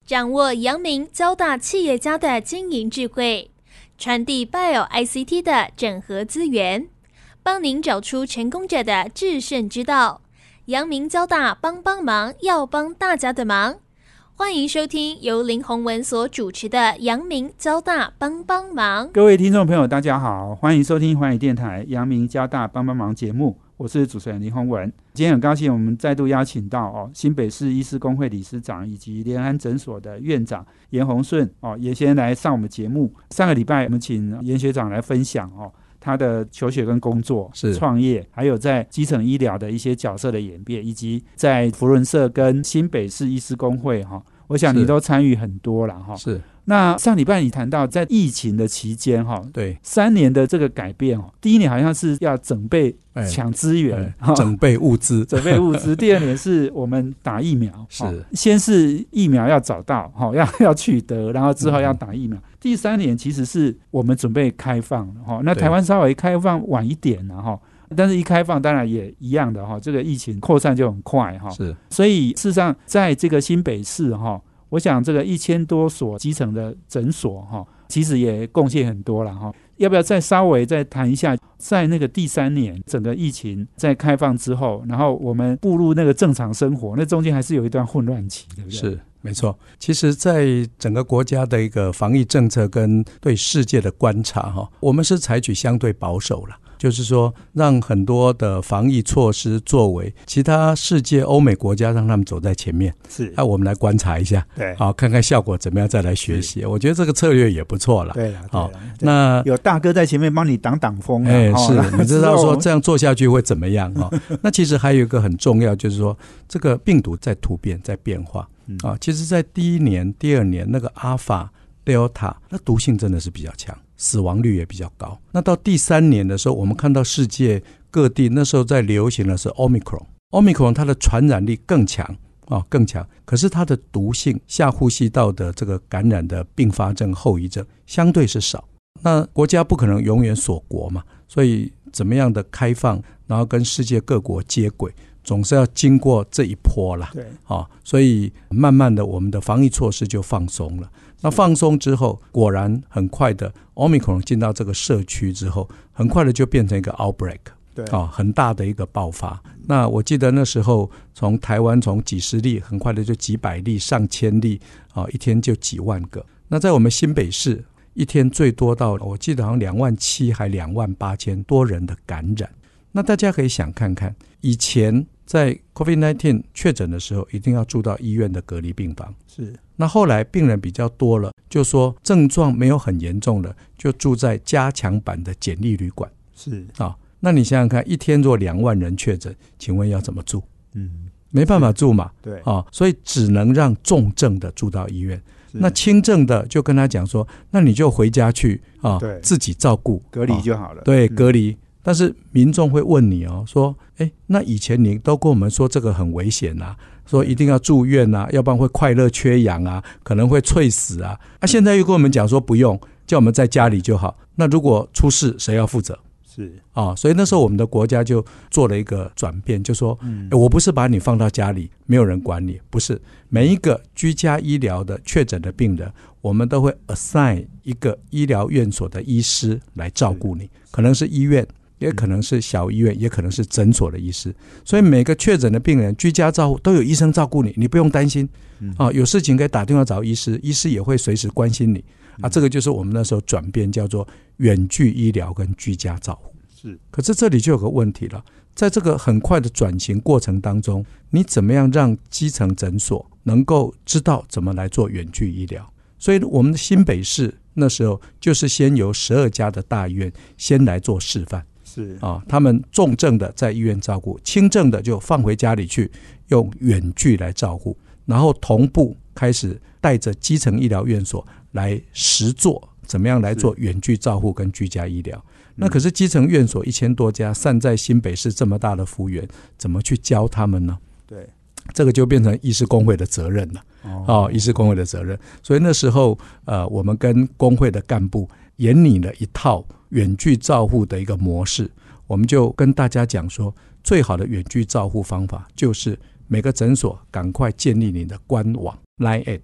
掌握阳明交大企业家的经营智慧，传递 Bio-ICT 的整合资源，帮您找出成功者的制胜之道。阳明交大帮帮忙，要帮大家的忙。欢迎收听由林宏文所主持的阳明交大帮帮忙。 各位听众朋友大家好，欢迎收听寰宇电台阳明交大帮帮忙节目，我是主持人林宏文。今天很高兴我们再度邀请到新北市医师公会理事长以及联安诊所的院长严宏顺严先生来上我们节目。上个礼拜我们请严学长来分享他的求学跟工作、创业，还有在基层医疗的一些角色的演变，以及在扶轮社跟新北市医师公会我想你都参与很多了是。 那上礼拜你谈到在疫情的期间对 3年的这个改变第一年好像是要整备抢资源整备物资第二年是我们打疫苗是先是疫苗要找到要取得，然后之后要打疫苗第3年其实是我们准备开放了那台湾稍微开放晚一点了但是一开放当然也一样的这个疫情扩散就很快是。 所以事实上在这个新北市我想这个1000多所基层的诊所其实也贡献很多了要不要再稍微再谈一下，在那个第3年整个疫情在开放之后，然后我们步入那个正常生活，那中间还是有一段混乱期，对不对？ 是没错。其实在整个国家的一个防疫政策跟对世界的观察我们是采取相对保守了，就是说让很多的防疫措施作为其他世界欧美国家让他们走在前面， 是我们来观察一下， 对， 看看效果怎么样再来学习。我觉得这个策略也不错了。 对了， 那有大哥在前面帮你挡风是你知道说这样做下去会怎么样那其实还有一个很重要，就是说这个病毒在突变在变化其实在第1年第2年那个阿法 Delta 那毒性真的是比较强，死亡率也比较高。那到第3年的时候，我们看到世界各地那时候在流行的是 Omicron 它的传染力更强更强，可是它的毒性下呼吸道的这个感染的并发症后遗症相对是少。那国家不可能永远锁国嘛，所以怎么样的开放，然后跟世界各国接轨，总是要经过这一波啦。 对所以慢慢的我们的防疫措施就放松了。那放松之后，果然很快的 Omicron 进到这个社区之后，很快的就变成一个 outbreak， 对很大的一个爆发。那我记得那时候从台湾从几十例，很快的就几百例、上千例一天就几万个。那在我们新北市一天最多到我记得好像27000还28000多人的感染。那大家可以想看看，以前在 COVID-19 确诊的时候一定要住到医院的隔离病房， 是。 那后来病人比较多了，就说症状没有很严重了，就住在加强版的简易旅馆， 是那你想想看，一天若2万人确诊，请问要怎么住？没办法住嘛， 对所以只能让重症的住到医院。那轻症的就跟他讲说，那你就回家去自己照顾隔离就好了。 对，隔离。但是民众会问你说那以前你都跟我们说这个很危险说一定要住院要不然会快乐缺氧可能会猝死现在又跟我们讲说不用，叫我们在家里就好。那如果出事谁要负责？ 是所以那时候我们的国家就做了一个转变，就说我不是把你放到家里没有人管你，不是，每一个居家医疗的确诊的病人，我们都会 assign 一个医疗院所的医师来照顾你，可能是医院，也可能是小医院，也可能是诊所的医师。所以每个确诊的病人居家照护都有医生照顾你，你不用担心有事情可以打电话找医师，医师也会随时关心你这个就是我们那时候转变，叫做远距医疗跟居家照护。 是。 可是这里就有个问题了，在这个很快的转型过程当中，你怎么样让基层诊所能够知道怎么来做远距医疗？所以我们的新北市那时候就是先由12家的大医院先来做示范， 是他们重症的在医院照顾，轻症的就放回家里去用远距来照顾，然后同步开始带着基层医疗院所来实作怎么样来做远距照护跟居家医疗。那可是基层院所1000多家散在新北市这么大的幅员，怎么去教他们呢？ 对， 这个就变成医师公会的责任了医师公会的责任。所以那时候我们跟公会的干部研拟了一套远距照护的一个模式，我们就跟大家讲说，最好的远距照护方法就是每个诊所赶快建立你的官网 Line@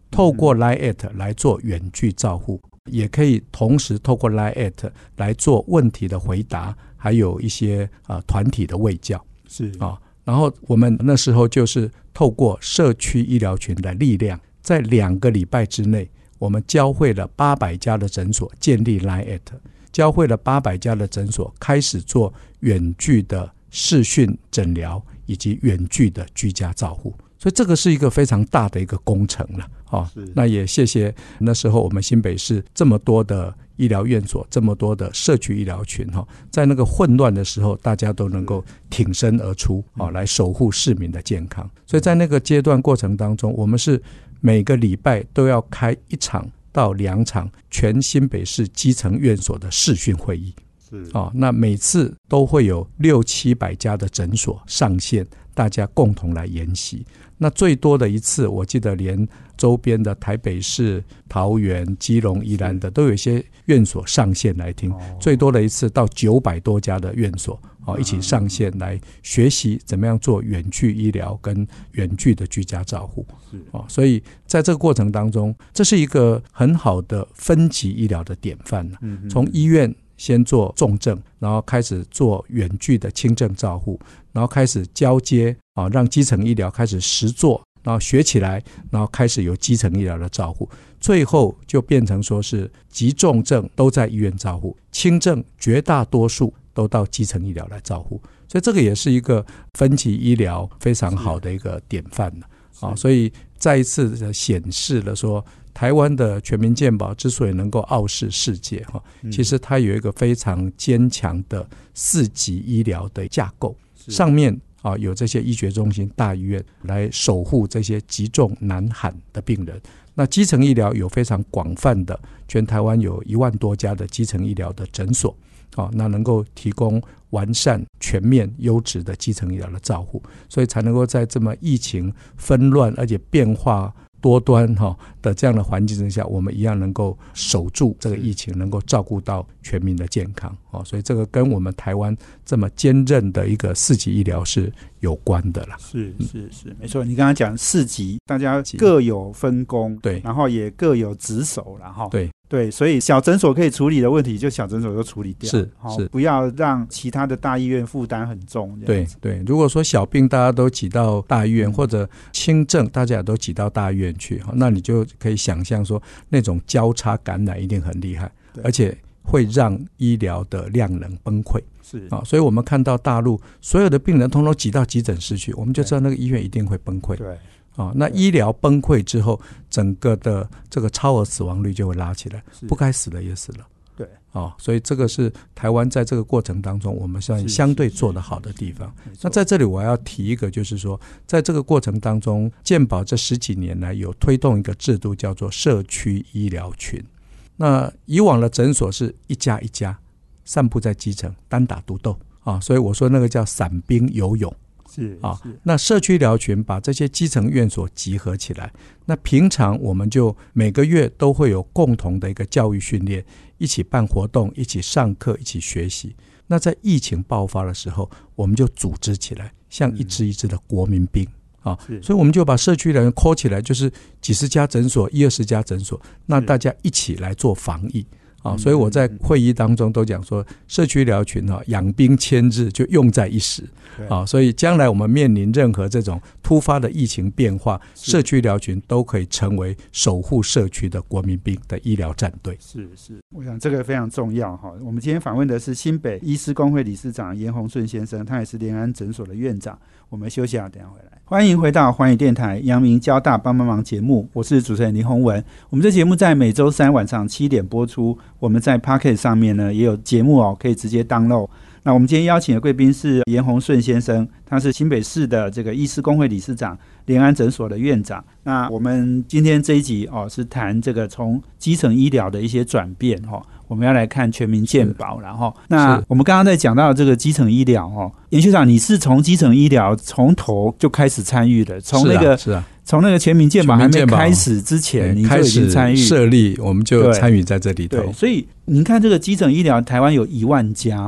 透过 Line@ 来做远距照护，也可以同时透过 Line@ 来做问题的回答，还有一些团体的卫教。 是然后我们那时候就是透过社区医疗群的力量，在2个礼拜之内，我们教会了800家的诊所建立 Line@， 教会了800家的诊所开始做远距的视讯诊疗以及远距的居家照护。所以这个是一个非常大的一个工程了。那也谢谢那时候我们新北市这么多的医疗院所，这么多的社区医疗群，在那个混乱的时候，大家都能够挺身而出，来守护市民的健康。所以在那个阶段过程当中，我们是每个礼拜都要开1场到2场全新北市基层院所的视讯会议。那每次都会有600-700家的诊所上线，大家共同来研习。那最多的一次，我记得连周边的台北市、桃园、基隆、宜兰的都有一些院所上线来听，最多的一次到900多家的院所一起上线来学习怎么样做远距医疗跟远距的居家照护。所以在这个过程当中，这是一个很好的分级医疗的典范。从医院先做重症，然后开始做远距的轻症照护，然后开始交接让基层医疗开始实做，然后学起来，然后开始有基层医疗的照护，最后就变成说是急重症都在医院照护，轻症绝大多数都到基层医疗来照护。所以这个也是一个分级医疗非常好的一个典范。所以再一次的显示了说，台湾的全民健保之所以能够傲视世界，其实它有一个非常坚强的4级医疗的架构，上面有这些医学中心、大医院来守护这些急重难罕的病人。那基层医疗有非常广泛的，全台湾有1万多家的基层医疗的诊所，那能够提供完善、全面、优质的基层医疗的照护，所以才能够在这么疫情纷乱而且变化多端的这样的环境之下，我们一样能够守住这个疫情，能够照顾到全民的健康。所以这个跟我们台湾这么坚韧的一个4级医疗是有关的啦。 是，没错。你刚刚讲4级，大家各有分工，对，然后也各有职守啦。对，所以小诊所可以处理的问题，就小诊所就处理掉，是不要让其他的大医院负担很重。 对，如果说小病大家都挤到大医院，或者轻症大家也都挤到大医院去，那你就可以想象说那种交叉感染一定很厉害，而且会让医疗的量能崩溃。所以我们看到大陆所有的病人通通挤到急诊室去，我们就知道那个医院一定会崩溃。对。那医疗崩溃之后，整个的这个超额死亡率就会拉起来，不该死的也死了。对，所以这个是台湾在这个过程当中我们算相对做得好的地方。那在这里我要提一个，就是说在这个过程当中，健保这10几年来有推动一个制度叫做社区医疗群。那以往的诊所是一家一家散布在基层，单打独斗所以我说那个叫散兵游勇。那社区医疗群把这些基层院所集合起来，那平常我们就每个月都会有共同的一个教育训练，一起办活动，一起上课，一起学习。那在疫情爆发的时候，我们就组织起来，像一支一支的国民兵所以我们就把社区医疗员 call 起来，就是几十家诊所，20-20家诊所，那大家一起来做防疫。所以我在会议当中都讲说，社区医疗群养兵千日，就用在一时。所以将来我们面临任何这种突发的疫情变化，社区医疗群都可以成为守护社区的国民兵的医疗战队。是， 我想这个非常重要。我们今天访问的是新北医师公会理事长严宏顺先生，他也是联安诊所的院长。我们休息等一下回来。欢迎回到环宇电台阳明交大帮帮忙节目，我是主持人林宏文。我们这节目在每周3晚上7点播出，我们在 Podcast 上面呢也有节目可以直接 download。那我们今天邀请的贵宾是严宏顺先生，他是新北市的这个医师公会理事长，联安诊所的院长。那我们今天这一集是谈这个从基层医疗的一些转变我们要来看全民健保。然后那我们刚刚在讲到这个基层医疗严学长，你是从基层医疗从头就开始参与的，从那个从那个全民健保还没开始之前，你就已经参与设立，我们就参与在这里头。 对，所以您看这个基层医疗，台湾有1万家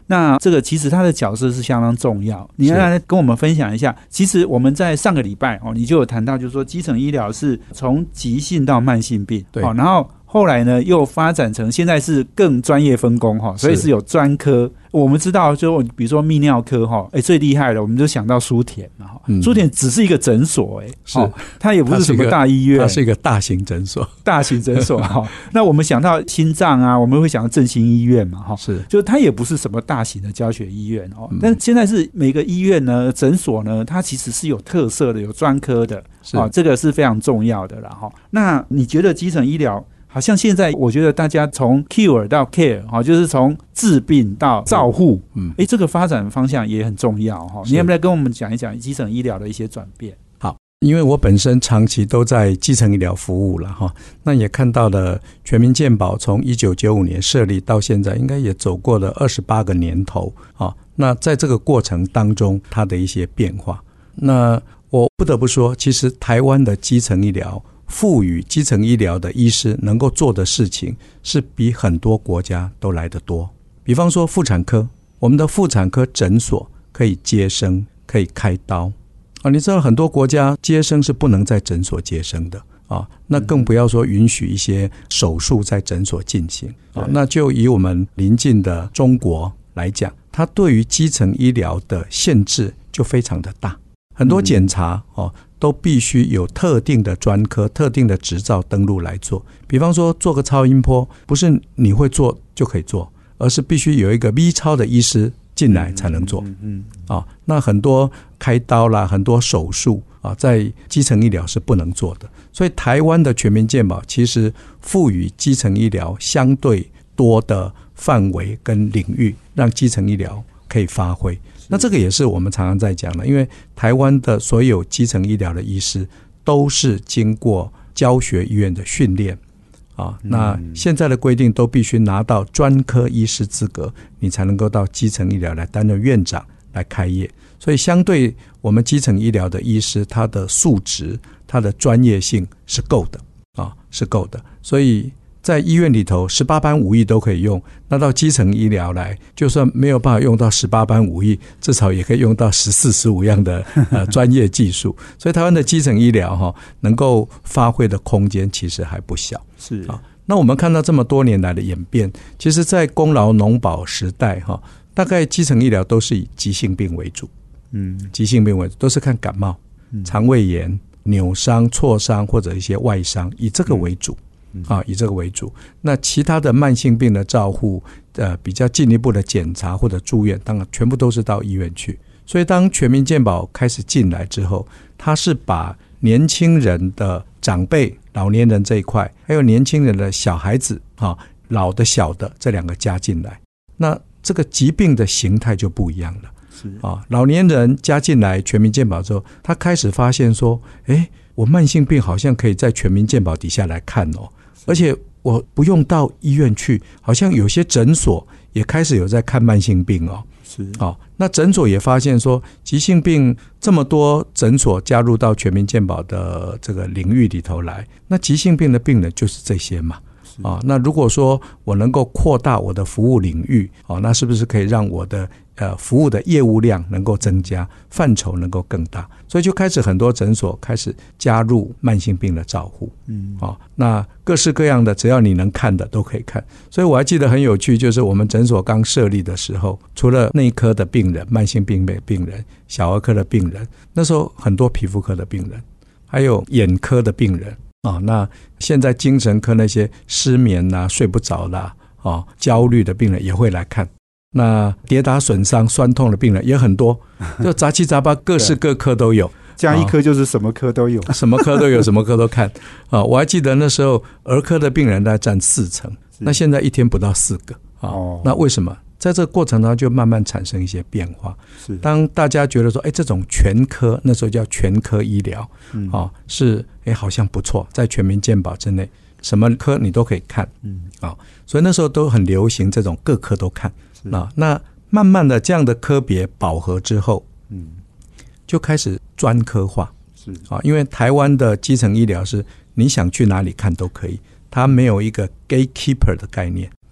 那这个其实他的角色是相当重要。你来跟我们分享一下，其实我们在上个礼拜你就有谈到，就是说基层医疗是从急性到慢性病， 对， 然后后来呢又发展成现在是更专业分工，所以是有专科。我们知道就比如说泌尿科最厉害的我们就想到书田，书田只是一个诊所，它也不是什么大医院， 它是一个大型诊所， 大型诊所那我们想到心脏啊，我们会想到振兴医院嘛， 是， 就它也不是什么大型的教学医院但是现在是每个医院呢诊所呢它其实是有特色的，有专科的，这个是非常重要的啦。那你觉得基层医疗好像现在我觉得大家从 cure 到 care 就是从治病到照护，这个发展方向也很重要你要不要跟我们讲一讲基层医疗的一些转变？ 好，因为我本身长期都在基层医疗服务了那也看到了全民健保从1995年设立到现在应该也走过了28个年头那在这个过程当中它的一些变化，那我不得不说，其实台湾的基层医疗赋予基层医疗的医师能够做的事情是比很多国家都来得多。比方说妇产科，我们的妇产科诊所可以接生，可以开刀你知道很多国家接生是不能在诊所接生的那更不要说允许一些手术在诊所进行那就以我们邻近的中国来讲，它对于基层医疗的限制就非常的大，很多检查都必须有特定的专科、特定的执照登录来做。比方说做个超音波，不是你会做就可以做，而是必须有一个 V 超的医师进来才能做那很多开刀啦，很多手术在基层医疗是不能做的。所以台湾的全民健保其实赋予基层医疗相对多的范围跟领域，让基层医疗可以发挥。那这个也是我们常常在讲的，因为台湾的所有基层医疗的医师都是经过教学医院的训练那现在的规定都必须拿到专科医师资格，你才能够到基层医疗来担任院长来开业。所以相对我们基层医疗的医师，他的素质、他的专业性是够的是够的。所以在医院里头18般武艺都可以用，那到基层医疗来，就算没有办法用到18般武艺，至少也可以用到14、15样的专业技术。所以台湾的基层医疗能够发挥的空间其实还不小。 是那我们看到这么多年来的演变，其实在公劳农保时代大概基层医疗都是以急性病为主，急性病为主，都是看感冒、肠胃炎、扭伤、挫伤或者一些外伤，以这个为主以这个为主。那其他的慢性病的照护比较进一步的检查或者住院，当然全部都是到医院去。所以当全民健保开始进来之后，它是把年轻人的长辈、老年人这一块，还有年轻人的小孩子老的小的这两个加进来，那这个疾病的形态就不一样了。老年人加进来全民健保之后，他开始发现说我慢性病好像可以在全民健保底下来看而且我不用到医院去，好像有些诊所也开始有在看慢性病那诊所也发现说急性病这么多诊所加入到全民健保的这个领域里头来，那急性病的病人就是这些嘛那如果说我能够扩大我的服务领域那是不是可以让我的服务的业务量能够增加，范畴能够更大？所以就开始很多诊所开始加入慢性病的照护那各式各样的只要你能看的都可以看。所以我还记得很有趣，就是我们诊所刚设立的时候，除了内科的病人、慢性病的病人、小儿科的病人，那时候很多皮肤科的病人，还有眼科的病人那现在精神科那些失眠睡不着啦焦虑的病人也会来看。那跌打损伤酸痛的病人也很多，就杂七杂八各式各科都有加一科就是什么科都有什么科都有什么科都看我还记得那时候儿科的病人大概占40%，那现在一天不到4个那为什么？在这个过程当中就慢慢产生一些变化。当大家觉得说这种全科，那时候叫全科医疗是好像不错，在全民健保之内什么科你都可以看所以那时候都很流行这种各科都看那慢慢的这样的科别饱和之后就开始专科化因为台湾的基层医疗是你想去哪里看都可以，它没有一个 gatekeeper 的概念，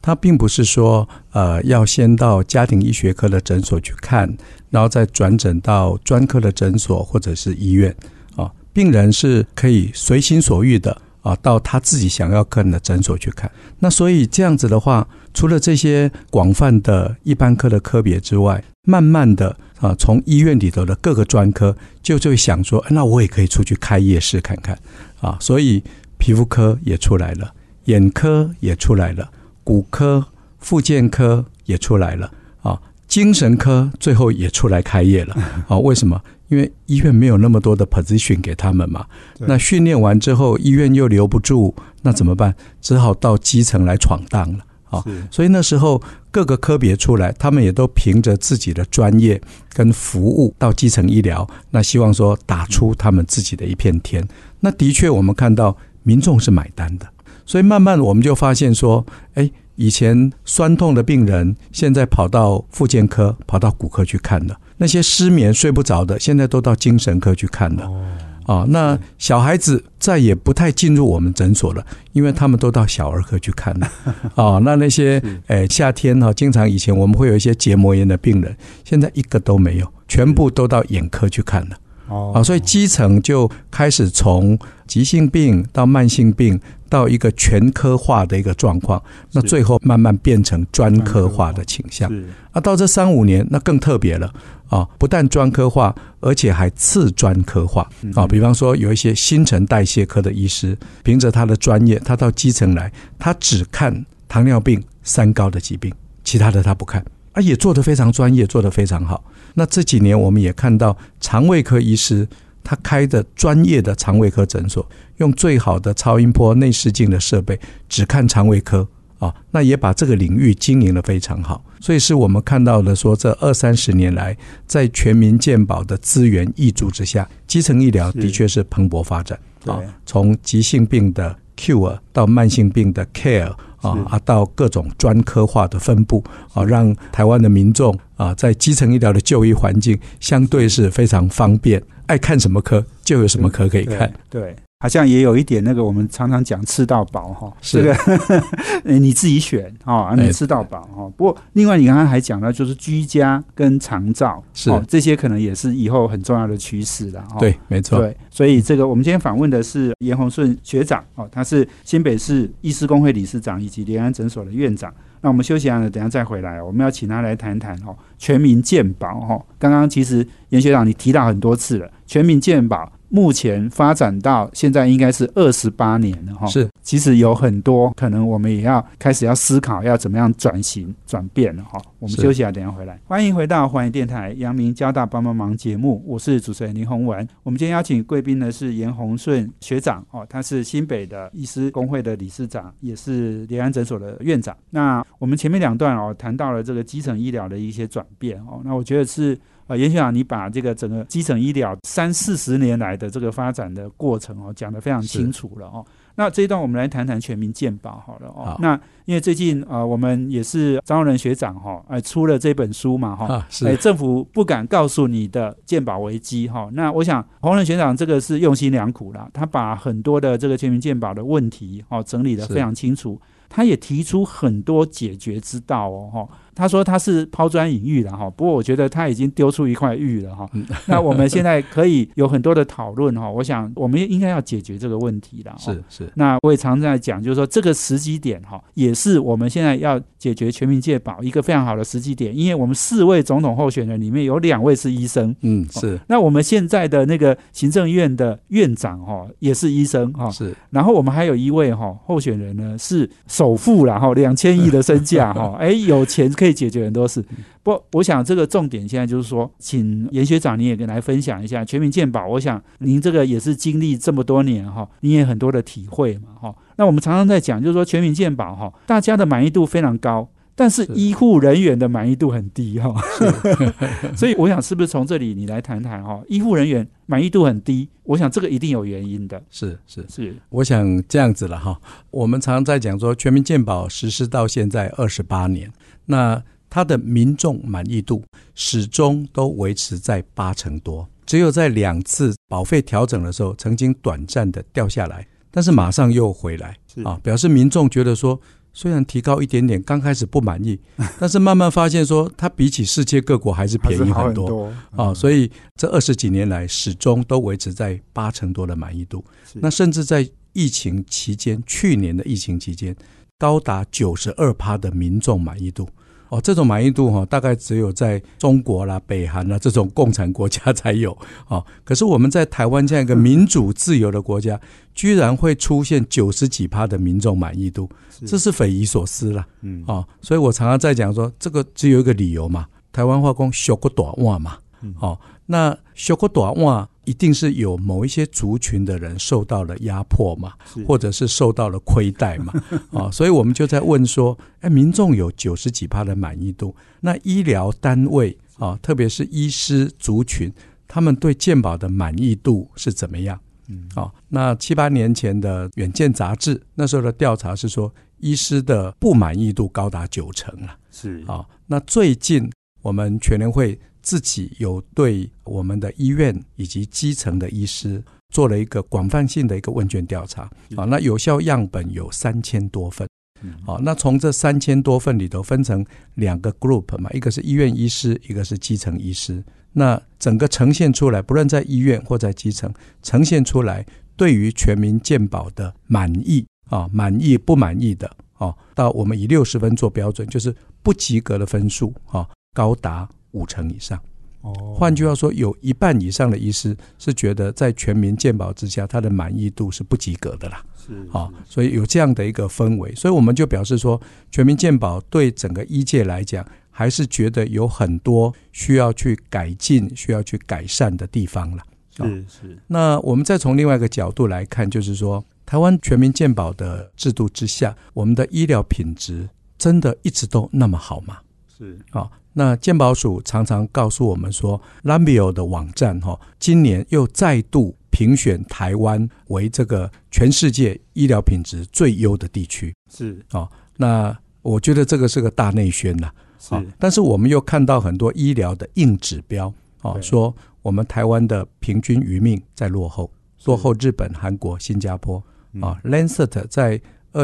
它并不是说要先到家庭医学科的诊所去看，然后再转诊到专科的诊所或者是医院病人是可以随心所欲的到他自己想要看的诊所去看。那所以这样子的话，除了这些广泛的一般科的科别之外，慢慢的从医院里头的各个专科就会想说，那我也可以出去开业试看看所以皮肤科也出来了，眼科也出来了，骨科、复健科也出来了精神科最后也出来开业了为什么？因为医院没有那么多的 position 给他们嘛，那训练完之后医院又留不住，那怎么办？只好到基层来闯荡了所以那时候各个科别出来，他们也都凭着自己的专业跟服务到基层医疗，那希望说打出他们自己的一片天。那的确我们看到民众是买单的，所以慢慢我们就发现说，以前酸痛的病人现在跑到复健科、跑到骨科去看了，那些失眠睡不着的现在都到精神科去看了那小孩子再也不太进入我们诊所了，因为他们都到小儿科去看了那些夏天经常以前我们会有一些结膜炎的病人，现在一个都没有，全部都到眼科去看了所以基层就开始从急性病到慢性病到一个全科化的一个状况，那最后慢慢变成专科化的倾向到这3-5年那更特别了不但专科化，而且还次专科化比方说有一些新陈代谢科的医师，凭着他的专业，他到基层来，他只看糖尿病、三高的疾病，其他的他不看也做得非常专业，做得非常好。那这几年我们也看到肠胃科医师他开的专业的肠胃科诊所，用最好的超音波内视镜的设备只看肠胃科那也把这个领域经营得非常好。所以是我们看到的说，这20-30年来在全民健保的资源挹注之下，基层医疗的确是蓬勃发展从急性病的 cure 到慢性病的 care到各种专科化的分布让台湾的民众在基层医疗的就医环境相对是非常方便，爱看什么科就有什么科可以看。 对，好像也有一点那个我们常常讲吃到饱这个你自己选你吃到饱不过另外你刚刚还讲到就是居家跟长照这些可能也是以后很重要的趋势了对，没错。 对，所以这个我们今天访问的是严宏顺学长他是新北市医师公会理事长以及联安诊所的院长。那我们休息完了等一下再回来，我们要请他来谈谈全民健保刚刚其实严学长你提到很多次了，全民健保目前发展到现在应该是28年了是， 其实有很多可能我们也要开始要思考要怎么样转型转变了我们休息啊，等一下回来。欢迎回到环宇电台阳明交大帮帮忙节目，我是主持人林宏文。我们今天邀请贵宾的是严宏顺学长他是新北的医师公会的理事长，也是联安诊所的院长。那我们前面2段谈到了这个基层医疗的一些转变那我觉得是严学长你把这个整个基层医疗30-40年来的这个发展的过程讲得非常清楚了那这一段我们来谈谈全民健保好了那因为最近我们也是张荣仁学长出了这本书嘛政府不敢告诉你的健保危机那我想洪仁学长这个是用心良苦啦，他把很多的这个全民健保的问题整理得非常清楚，他也提出很多解决之道他说他是抛砖引玉了不过我觉得他已经丢出一块玉了那我们现在可以有很多的讨论我想我们应该要解决这个问题了是。 那我也常在讲就是说这个时机点也是我们现在要解决全民健保一个非常好的时机点，因为我们4位总统候选人里面有2位是医生是。 那我们现在的那个行政院的院长也是医生是。 然后我们还有一位候选人呢是首富啦2000亿的身价有钱可以解决很多事。不，我想这个重点现在就是说，请严学长你也跟来分享一下全民健保。我想您这个也是经历这么多年你也很多的体会嘛那我们常常在讲就是说全民健保大家的满意度非常高，但是医护人员的满意度很低所以我想是不是从这里你来谈谈医护人员满意度很低，我想这个一定有原因的。 是，我想这样子了我们常常在讲说全民健保实施到现在28年，那它的民众满意度始终都维持在80%多，只有在2次保费调整的时候曾经短暂的掉下来，但是马上又回来表示民众觉得说虽然提高一点点，刚开始不满意，但是慢慢发现说它比起世界各国还是便宜很多所以这20几年来始终都维持在80%多的满意度。那甚至在疫情期间，去年的疫情期间高达92%的民众满意度这种满意度大概只有在中国啦、北韩啦这种共产国家才有可是我们在台湾这样一个民主自由的国家，居然会出现90几%的民众满意度，这是匪夷所思啦所以我常常在讲说，这个只有一个理由嘛，台湾话说小个大碗嘛那小个大碗一定是有某一些族群的人受到了压迫嘛，或者是受到了亏待嘛所以我们就在问说民众有90几%的满意度，那医疗单位特别是医师族群，他们对健保的满意度是怎么样那7、8年前的远见杂志那时候的调查是说，医师的不满意度高达90%了那最近我们全联会自己有对我们的医院以及基层的医师做了一个广泛性的一个问卷调查那有效样本有3000多份那从这3000多份里头分成2个 group 嘛，一个是医院医师，一个是基层医师。那整个呈现出来，不论在医院或在基层，呈现出来对于全民健保的满意满意不满意的到我们以60分做标准，就是不及格的分数高达50%以上换句话说，有1半以上的医师是觉得在全民健保之下，他的满意度是不及格的啦所以有这样的一个氛围，所以我们就表示说，全民健保对整个医界来讲，还是觉得有很多需要去改进、需要去改善的地方啦是那我们再从另外一个角度来看，就是说台湾全民健保的制度之下，我们的医疗品质真的一直都那么好吗？ 是那健保署常常告诉我们说 Lambio 的网站今年又再度评选台湾为这个全世界医疗品质最优的地区是那我觉得这个是个大内宣啦但是我们又看到很多医疗的硬指标说我们台湾的平均余命在落后日本、韩国、新加坡Lancet 在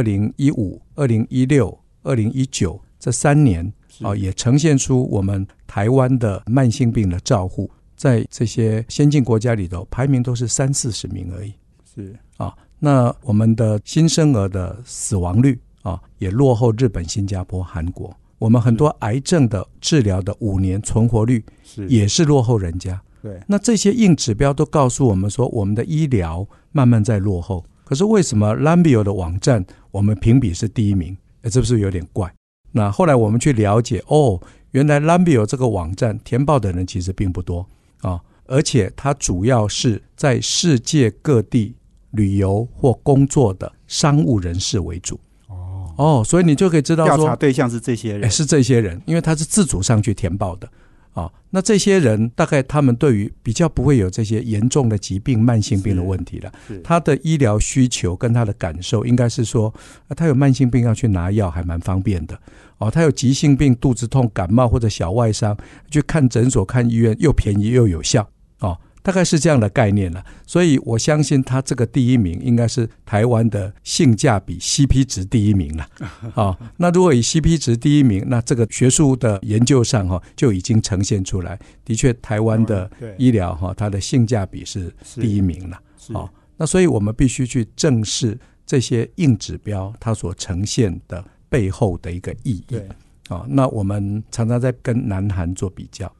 2015、2016、2019这3年也呈现出我们台湾的慢性病的照护在这些先进国家里头排名都是30-40名而已是那我们的新生儿的死亡率也落后日本、新加坡、韩国，我们很多癌症的治疗的5年存活率也是落后人家对， 那这些硬指标都告诉我们说，我们的医疗慢慢在落后，可是为什么 Lambio 的网站我们评比是第1名这不是有点怪？那后来我们去了解原来 Lambio 这个网站填报的人其实并不多而且它主要是在世界各地旅游或工作的商务人士为主所以你就可以知道说调查对象是这些人是这些人，因为他是自主上去填报的那这些人大概他们对于比较不会有这些严重的疾病、慢性病的问题了，他的医疗需求跟他的感受应该是说他有慢性病要去拿药还蛮方便的他有急性病、肚子痛、感冒或者小外伤去看诊所、看医院又便宜又有效大概是这样的概念了。所以我相信他这个第1名应该是台湾的性价比 CP 值第1名了那如果以 CP 值第1名，那这个学术的研究上就已经呈现出来，的确台湾的医疗它的性价比是第1名了那所以我们必须去正视这些硬指标它所呈现的背后的一个意义那我们常常在跟南韩做比较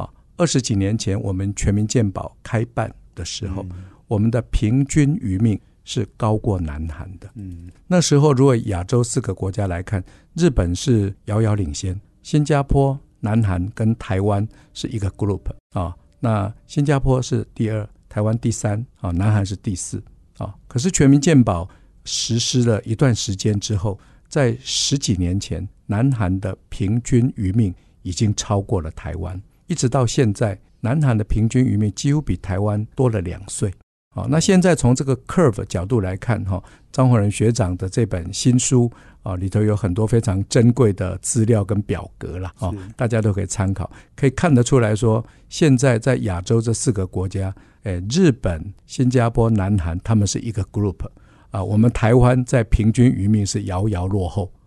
20几年前我们全民健保开办的时候我们的平均余命是高过南韩的那时候如果亚洲4个国家来看，日本是遥遥领先，新加坡、南韩跟台湾是一个 group 那新加坡是第2，台湾第3南韩是第4可是全民健保实施了一段时间之后，在10几年前南韩的平均余命已经超过了台湾，一直到现在南韩的平均余命几乎比台湾多了2岁那现在从这个 curve 角度来看张宏仁学长的这本新书里头有很多非常珍贵的资料跟表格啦大家都可以参考，可以看得出来说现在在亚洲这4个国家日本、新加坡、南韩他们是一个 group我们台湾在平均余命是遥遥落后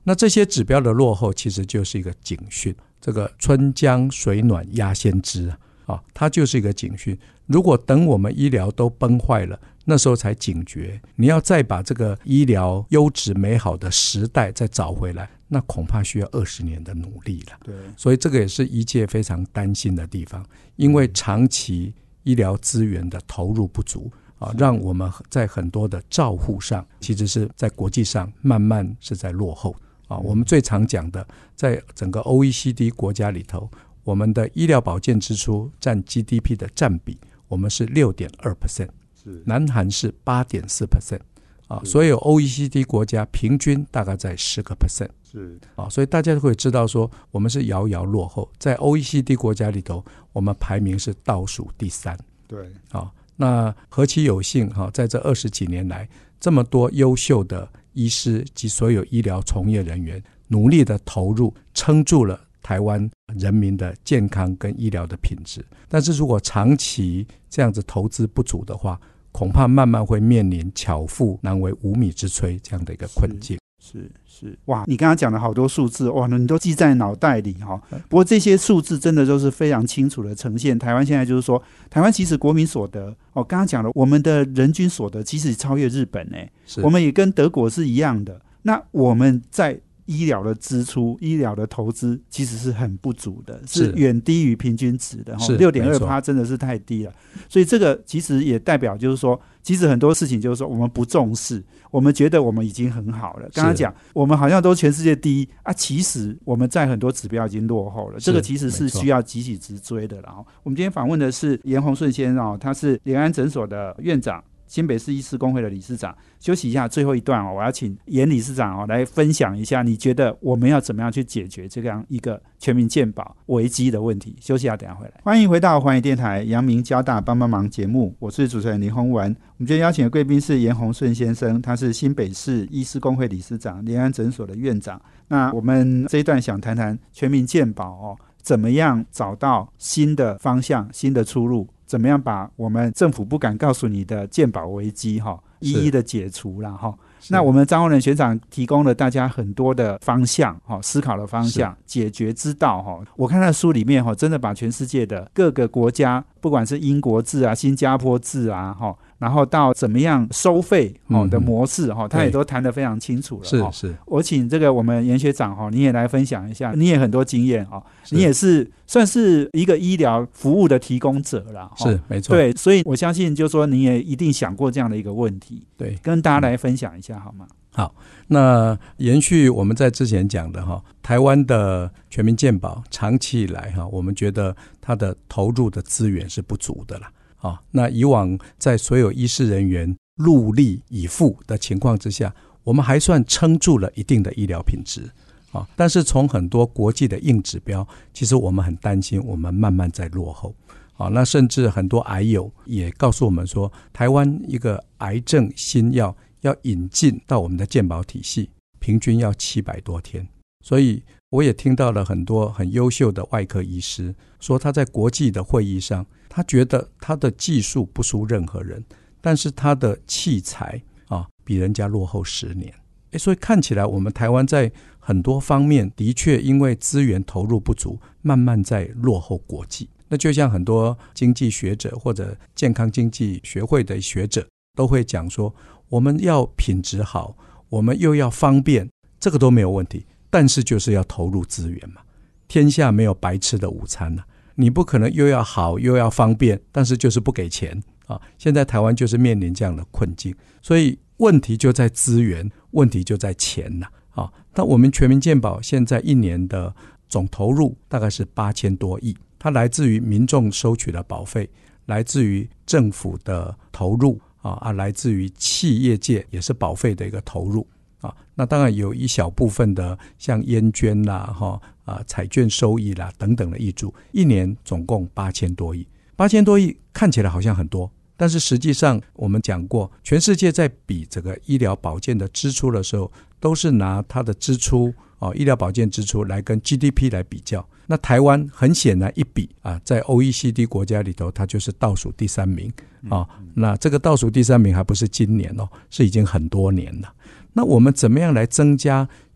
那这些指标的落后其实就是一个警讯，这个春江水暖鸭先知它就是一个警讯。如果等我们医疗都崩坏了，那时候才警觉，你要再把这个医疗优质美好的时代再找回来，那恐怕需要20年的努力了。 对， 所以这个也是医界非常担心的地方，因为长期医疗资源的投入不足让我们在很多的照护上其实是在国际上慢慢是在落后我们最常讲的，在整个 OECD 国家里头，我们的医疗保健支出占 GDP 的占比，我们是 6.2%， 南韩是 8.4%所有 OECD 国家平均大概在 10%， 所以大家会知道说我们是遥遥落后，在 OECD 国家里头我们排名是倒数第3。 对那何其有幸在这20几年来，这么多优秀的医师及所有医疗从业人员努力的投入，撑住了台湾人民的健康跟医疗的品质。但是如果长期这样子投资不足的话，恐怕慢慢会面临巧妇难为无米之炊这样的一个困境。 是哇，你刚刚讲了好多数字哇，你都记在脑袋里不过这些数字真的都是非常清楚的呈现台湾现在就是说，台湾其实国民所得刚刚讲了，我们的人均所得其实超越日本我们也跟德国是一样的。那我们在医疗的支出、医疗的投资其实是很不足的，是远低于平均值的 6.2% 真的是太低了。所以这个其实也代表就是说，其实很多事情就是说我们不重视，我们觉得我们已经很好了。刚刚讲我们好像都全世界第一其实我们在很多指标已经落后了，这个其实是需要急起直追的。然后我们今天访问的是严宏顺先生他是联安诊所的院长，新北市医师公会的理事长。休息一下，最后一段我要请严理事长来分享一下，你觉得我们要怎么样去解决这样一个全民健保危机的问题。休息一下，等一下回来。欢迎回到环宇电台阳明交大帮帮忙节目，我是主持人林宏文。我们今天邀请的贵宾是严宏顺先生，他是新北市医师公会理事长，联安诊所的院长。那我们这一段想谈谈全民健保怎么样找到新的方向、新的出路，怎么样把我们政府不敢告诉你的健保危机一一的解除啦那我们张宏仁学长提供了大家很多的方向思考的方向、解决之道我看他书里面真的把全世界的各个国家，不管是英国制新加坡制然后到怎么样收费的模式他也都谈得非常清楚了是我请这个我们严学长你也来分享一下，你也很多经验你也是算是一个医疗服务的提供者啦是没错。 对，所以我相信就是说你也一定想过这样的一个问题，对，跟大家来分享一下好吗？ 好，那延续我们在之前讲的台湾的全民健保长期以来我们觉得它的投入的资源是不足的啦那以往在所有医师人员戮力以赴的情况之下，我们还算撑住了一定的医疗品质但是从很多国际的硬指标，其实我们很担心我们慢慢在落后那甚至很多癌友也告诉我们说，台湾一个癌症新药要引进到我们的健保体系，平均要700多天。所以我也听到了很多很优秀的外科医师说，他在国际的会议上，他觉得他的技术不输任何人，但是他的器材比人家落后10年。所以看起来我们台湾在很多方面的确因为资源投入不足，慢慢在落后国际。那就像很多经济学者或者健康经济学会的学者都会讲说，我们要品质好，我们又要方便，这个都没有问题，但是就是要投入资源嘛。天下没有白吃的午餐你不可能又要好又要方便，但是就是不给钱现在台湾就是面临这样的困境，所以问题就在资源，问题就在钱那我们全民健保现在1年的总投入大概是8000多亿，它来自于民众收取的保费，来自于政府的投入来自于企业界也是保费的一个投入那当然有一小部分的像烟捐啦彩券收益啦等等的挹注，1年总共8000多亿。8000多亿看起来好像很多，但是实际上我们讲过，全世界在比这个医疗保健的支出的时候，都是拿它的支出医疗保健支出来跟 GDP 来比较。那台湾很显然一比在 OECD 国家里头，它就是倒数第3名那这个倒数第3名还不是今年是已经很多年了。那我们怎么样来增加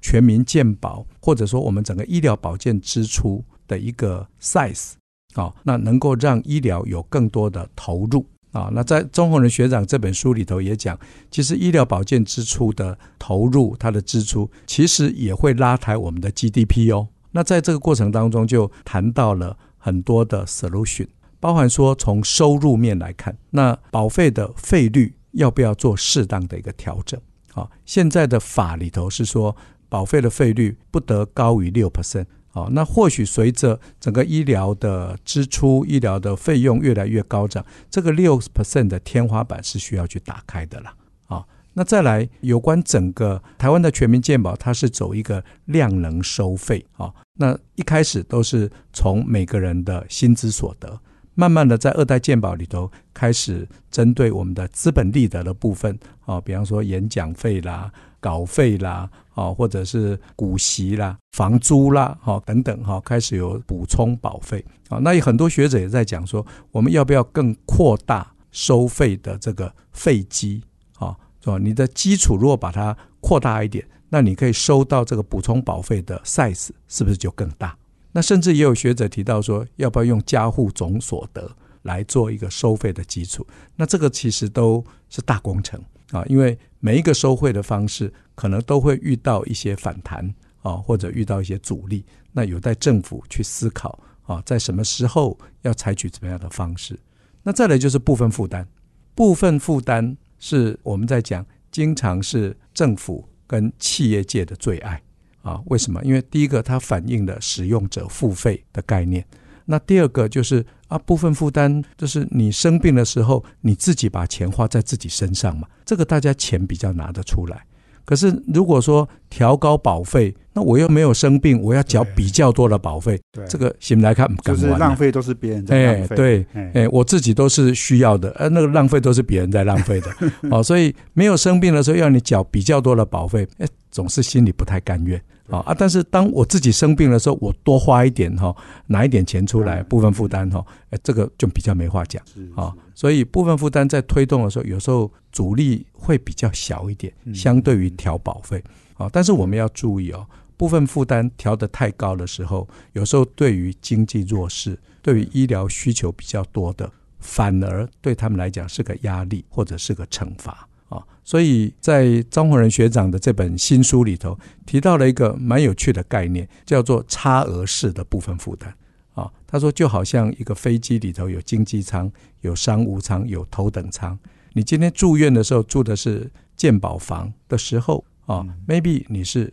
全民健保或者说我们整个医疗保健支出的一个 size，那能够让医疗有更多的投入那在钟宏仁学长这本书里头也讲，其实医疗保健支出的投入，它的支出其实也会拉抬我们的 GDP 那在这个过程当中就谈到了很多的 solution， 包含说从收入面来看，那保费的费率要不要做适当的一个调整现在的法里头是说保费的费率不得高于 6%，那或许随着整个医疗的支出、医疗的费用越来越高涨，这个 6% 的天花板是需要去打开的啦。那再来有关整个台湾的全民健保，它是走一个量能收费那一开始都是从每个人的薪资所得，慢慢的在二代健保里头开始针对我们的资本利得的部分比方说演讲费啦、稿费啦或者是股息啦、房租啦等等开始有补充保费那有很多学者也在讲说，我们要不要更扩大收费的这个费基你的基础如果把它扩大一点，那你可以收到这个补充保费的 size 是不是就更大？那甚至也有学者提到说，要不要用家户总所得来做一个收费的基础？那这个其实都是大工程因为每一个收费的方式可能都会遇到一些反弹或者遇到一些阻力，那有待政府去思考在什么时候要采取怎么样的方式。那再来就是部分负担，部分负担是我们在讲经常是政府跟企业界的最爱为什么？因为第一个它反映了使用者付费的概念，那第二个就是部分负担就是你生病的时候你自己把钱花在自己身上嘛，这个大家钱比较拿得出来。可是如果说调高保费，那我又没有生病，我要缴比较多的保费，这个心来看不敢玩就是浪费都是别人在浪费对我自己都是需要的那个浪费都是别人在浪费的所以没有生病的时候要你缴比较多的保费总是心里不太甘愿但是当我自己生病的时候，我多花一点拿一点钱出来部分负担这个就比较没话讲所以部分负担在推动的时候有时候阻力会比较小一点相对于调保费但是我们要注意部分负担调得太高的时候，有时候对于经济弱势、对于医疗需求比较多的，反而对他们来讲是个压力或者是个惩罚所以在张宏仁学长的这本新书里头提到了一个蛮有趣的概念，叫做差额式的部分负担他说就好像一个飞机里头有经济舱、有商务舱、有头等舱，你今天住院的时候住的是健保房的时候maybe 你是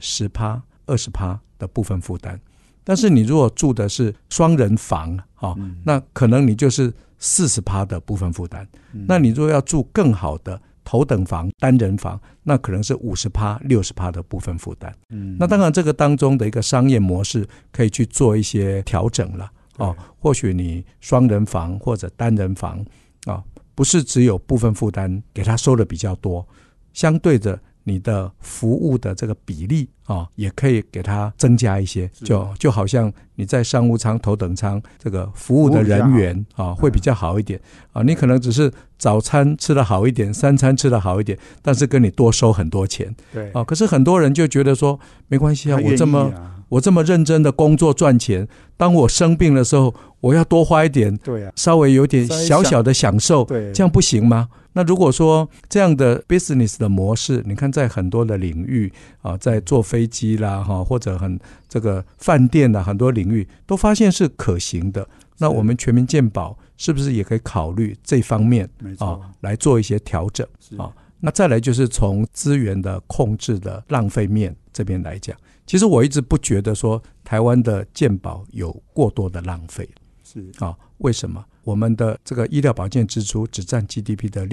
10%、20% 的部分负担，但是你如果住的是双人房那可能你就是40%的部分负担那你如果要住更好的头等房、单人房，那可能是50%、60% 的部分负担那当然这个当中的一个商业模式可以去做一些调整了或许你双人房或者单人房不是只有部分负担给他收的比较多，相对的你的服务的这个比例也可以给它增加一些，就好像你在商务舱、头等舱这个服务的人员会比较好一点你可能只是早餐吃得好一点，3餐吃得好一点，但是跟你多收很多钱对可是很多人就觉得说没关系我这么认真的工作赚钱，当我生病的时候我要多花一点对稍微有点小小的享受这样不行吗？那如果说这样的 business 的模式，你看在很多的领域在坐飞机啦或者这个饭店啦，很多领域都发现是可行的，那我们全民健保是不是也可以考虑这方面来做一些调整那再来就是从资源的控制的浪费面这边来讲，其实我一直不觉得说台湾的健保有过多的浪费是为什么？我们的这个医疗保健支出只占 GDP 的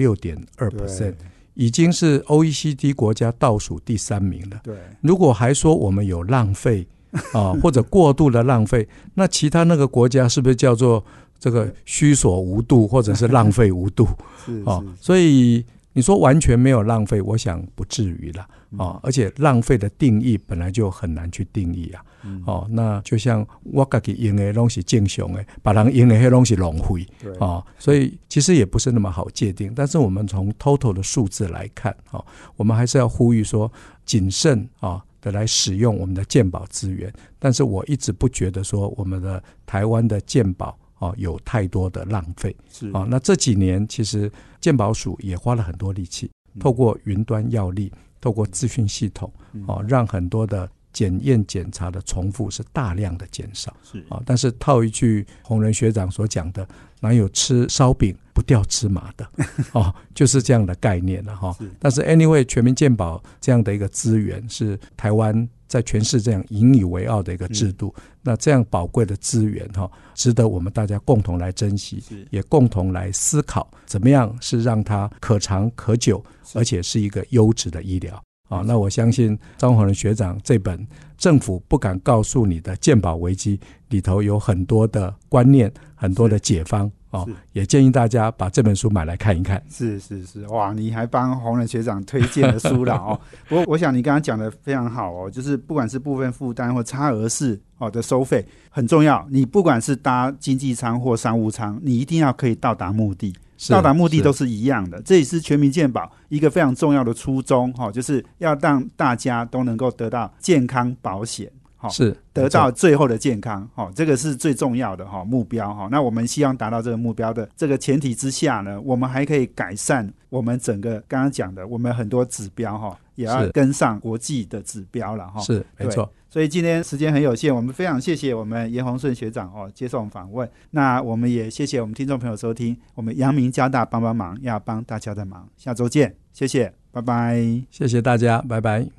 6.2%， 已经是 OECD 国家倒数第3名了。对，如果还说我们有浪费或者过度的浪费，那其他那个国家是不是叫做这个虚所无度或者是浪费无度所以你说完全没有浪费，我想不至于啦而且浪费的定义本来就很难去定义那就像我自己用的东西正常的，别人用的那东西浪费所以其实也不是那么好界定。但是我们从 total 的数字来看我们还是要呼吁说谨慎的来使用我们的健保资源，但是我一直不觉得说我们的台湾的健保有太多的浪费。 是那这几年其实健保署也花了很多力气，透过云端药历，透过资讯系统，让很多的检验检查的重复是大量的减少。 是但是套一句洪仁学长所讲的，哪有吃烧饼不掉芝麻的就是这样的概念了但是 anyway 全民健保这样的一个资源是台湾在全市这样引以为傲的一个制度，那这样宝贵的资源值得我们大家共同来珍惜，也共同来思考怎么样是让它可长可久，而且是一个优质的医疗。那我相信张宏仁学长这本政府不敢告诉你的健保危机里头有很多的观念，很多的解方也建议大家把这本书买来看一看。 是，哇，你还帮洪仁学长推荐了书了不过我想你刚刚讲的非常好就是不管是部分负担或差额式的收费很重要，你不管是搭经济舱或商务舱，你一定要可以到达目的，到达目的都是一样的。这也是全民健保一个非常重要的初衷就是要让大家都能够得到健康保险， 是得到最后的健康这个是最重要的目标那我们希望达到这个目标的这个前提之下呢，我们还可以改善我们整个刚刚讲的我们很多指标也要跟上国际的指标了是没错。 所以今天时间很有限，我们非常谢谢我们严宏顺学长接受我们访问。那我们也谢谢我们听众朋友收听，我们阳明交大帮帮忙要帮大家的忙，下周见，谢谢，拜拜。 谢谢大家，拜拜。